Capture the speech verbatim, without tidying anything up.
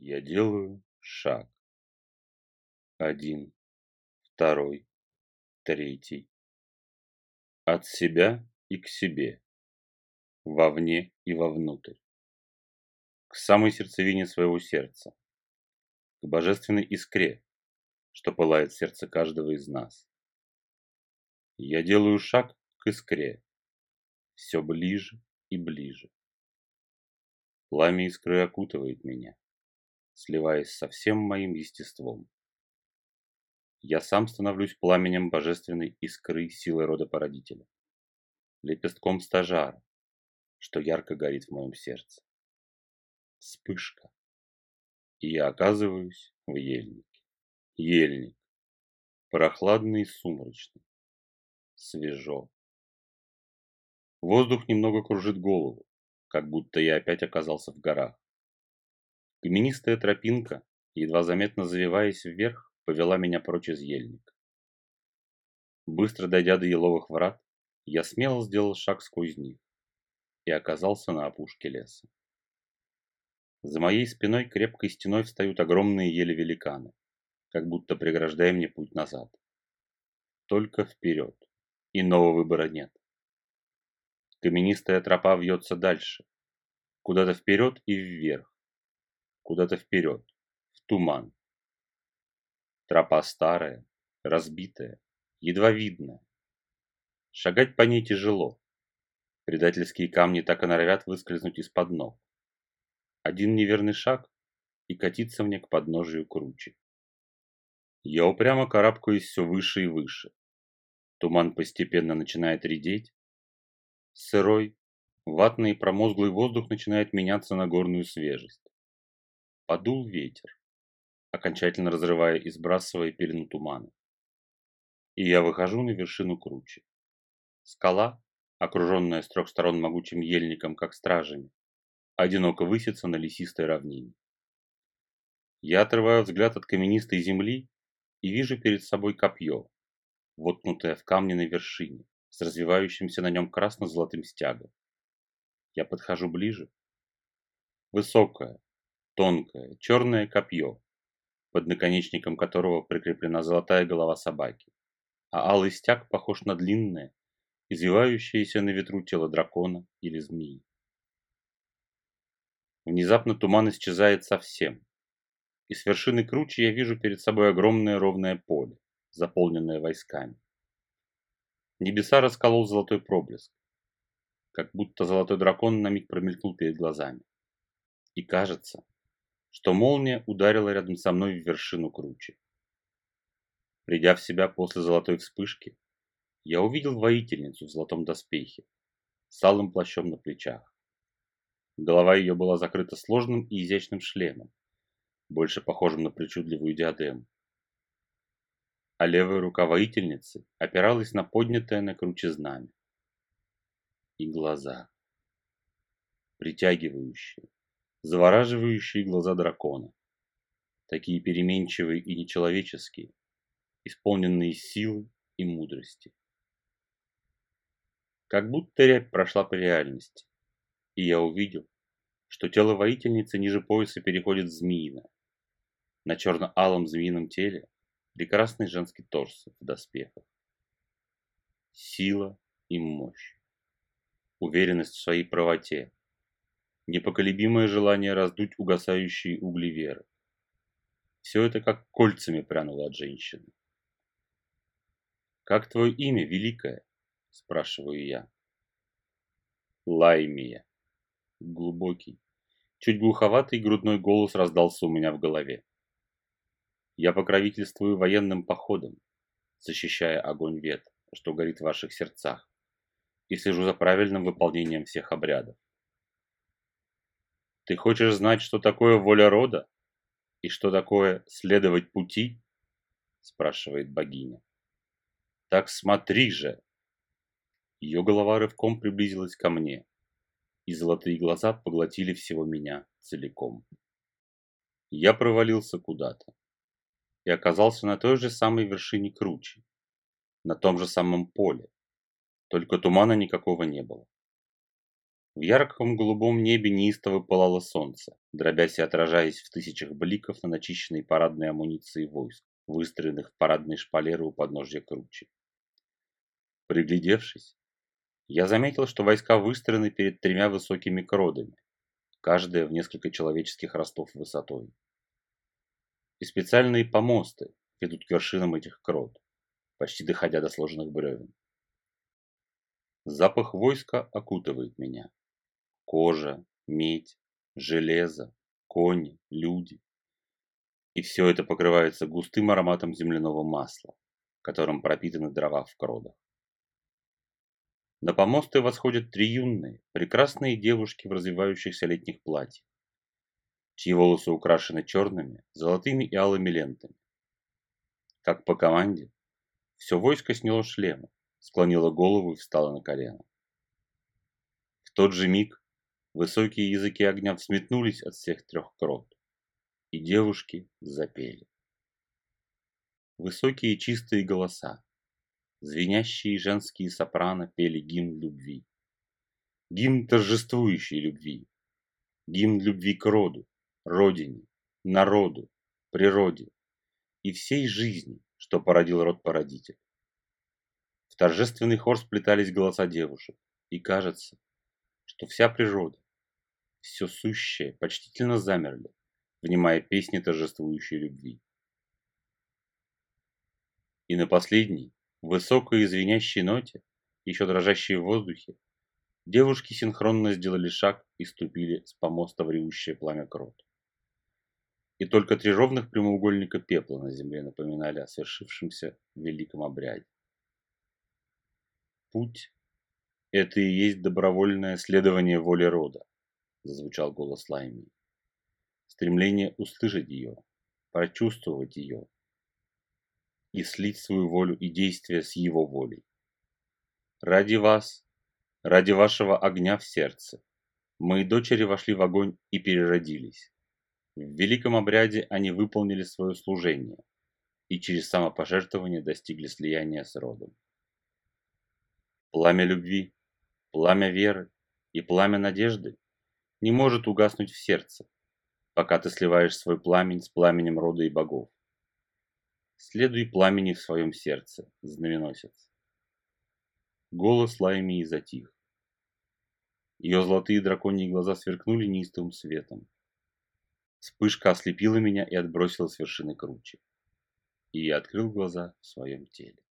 Я делаю шаг. Один, второй, третий. От себя и к себе. Вовне и вовнутрь. К самой сердцевине своего сердца. К божественной искре, что пылает в сердце каждого из нас. Я делаю шаг к искре. Все ближе и ближе. Пламя искры окутывает меня, сливаясь со всем моим естеством. Я сам становлюсь пламенем божественной искры силы рода породителя, лепестком стажара, что ярко горит в моем сердце. Вспышка. И я оказываюсь в ельнике. Ельник. Прохладный и сумрачный. Свежо. Воздух немного кружит голову, как будто я опять оказался в горах. Каменистая тропинка, едва заметно завиваясь вверх, повела меня прочь из ельника. Быстро дойдя до еловых врат, я смело сделал шаг сквозь них и оказался на опушке леса. За моей спиной крепкой стеной встают огромные ели-великаны, как будто преграждая мне путь назад. Только вперед. Иного выбора нет. Каменистая тропа вьется дальше. Куда-то вперед и вверх. Куда-то вперед. В туман. Тропа старая, разбитая, едва видная. Шагать по ней тяжело. Предательские камни так и норовят выскользнуть из-под ног. Один неверный шаг и катиться мне к подножию круче. Я упрямо карабкаюсь все выше и выше. Туман постепенно начинает редеть. Сырой, ватный и промозглый воздух начинает меняться на горную свежесть. Подул ветер, окончательно разрывая и сбрасывая пелену тумана. И я выхожу на вершину круче. Скала, окруженная с трех сторон могучим ельником, как стражами, одиноко высится на лесистой равнине. Я отрываю взгляд от каменистой земли и вижу перед собой копье, воткнутое в камне на вершине, с развивающимся на нем красно-золотым стягом. Я подхожу ближе. Высокое, тонкое, черное копье, под наконечником которого прикреплена золотая голова собаки, а алый стяг похож на длинное, извивающееся на ветру тело дракона или змеи. Внезапно туман исчезает совсем, и с вершины кручи я вижу перед собой огромное ровное поле, заполненное войсками. Небеса расколол золотой проблеск, как будто золотой дракон на миг промелькнул перед глазами. И кажется, что молния ударила рядом со мной в вершину кручи. Придя в себя после золотой вспышки, я увидел воительницу в золотом доспехе, с алым плащом на плечах. Голова ее была закрыта сложным и изящным шлемом, больше похожим на причудливую диадему. А левая рука воительницы опиралась на поднятое на круче знамя. И глаза. Притягивающие, завораживающие глаза дракона. Такие переменчивые и нечеловеческие, исполненные силы и мудрости. Как будто рябь прошла по реальности, и я увидел, что тело воительницы ниже пояса переходит в змеиное. На черно-алом змеином теле прекрасный женский торс в доспехах. Сила и мощь, уверенность в своей правоте, непоколебимое желание раздуть угасающие угли веры. Все это как кольцами прянуло от женщины. «Как твое имя, Великая?» – спрашиваю я. Лаймия. Глубокий, чуть глуховатый грудной голос раздался у меня в голове. Я покровительствую военным походам, защищая огонь вет, что горит в ваших сердцах, и слежу за правильным выполнением всех обрядов. Ты хочешь знать, что такое воля рода? И что такое следовать пути? Спрашивает богиня. Так смотри же! Ее голова рывком приблизилась ко мне, и золотые глаза поглотили всего меня целиком. Я провалился куда-то и оказался на той же самой вершине кручи, на том же самом поле, только тумана никакого не было. В ярком голубом небе неистово пылало солнце, дробясь и отражаясь в тысячах бликов на начищенной парадной амуниции войск, выстроенных в парадные шпалеры у подножья кручи. Приглядевшись, я заметил, что войска выстроены перед тремя высокими кродами, каждая в несколько человеческих ростов высотой. И специальные помосты ведут к вершинам этих крод, почти доходя до сложенных бревен. Запах войска окутывает меня. Кожа, медь, железо, кони, люди. И все это покрывается густым ароматом земляного масла, которым пропитаны дрова в кродах. На помосты восходят три юные, прекрасные девушки в развивающихся летних платьях, чьи волосы украшены черными, золотыми и алыми лентами. Как по команде, все войско сняло шлемы, склонило голову и встало на колено. В тот же миг высокие языки огня взметнулись от всех трех крод, и девушки запели. Высокие чистые голоса, звенящие женские сопрано пели гимн любви. Гимн торжествующей любви. Гимн любви к роду, родине, народу, природе и всей жизни, что породил род-породитель. В торжественный хор сплетались голоса девушек, и кажется, что вся природа, все сущее почтительно замерли, внимая песни торжествующей любви. И на последней, высокой и звенящей ноте, еще дрожащей в воздухе, девушки синхронно сделали шаг и ступили с помоста в ревущее пламя крод. И только три ровных прямоугольника пепла на земле напоминали о свершившемся великом обряде. Путь – это и есть добровольное следование воле рода, зазвучал голос Лаймии. Стремление услышать ее, прочувствовать ее и слить свою волю и действия с его волей. Ради вас, ради вашего огня в сердце, мои дочери вошли в огонь и переродились. В великом обряде они выполнили свое служение и через самопожертвование достигли слияния с родом. Пламя любви, пламя веры и пламя надежды не может угаснуть в сердце, пока ты сливаешь свой пламень с пламенем рода и богов. Следуй пламени в своем сердце, знаменосец. Голос Лаймии затих. Ее золотые драконьи глаза сверкнули неистовым светом. Вспышка ослепила меня и отбросила с вершины кручи. И я открыл глаза в своем теле.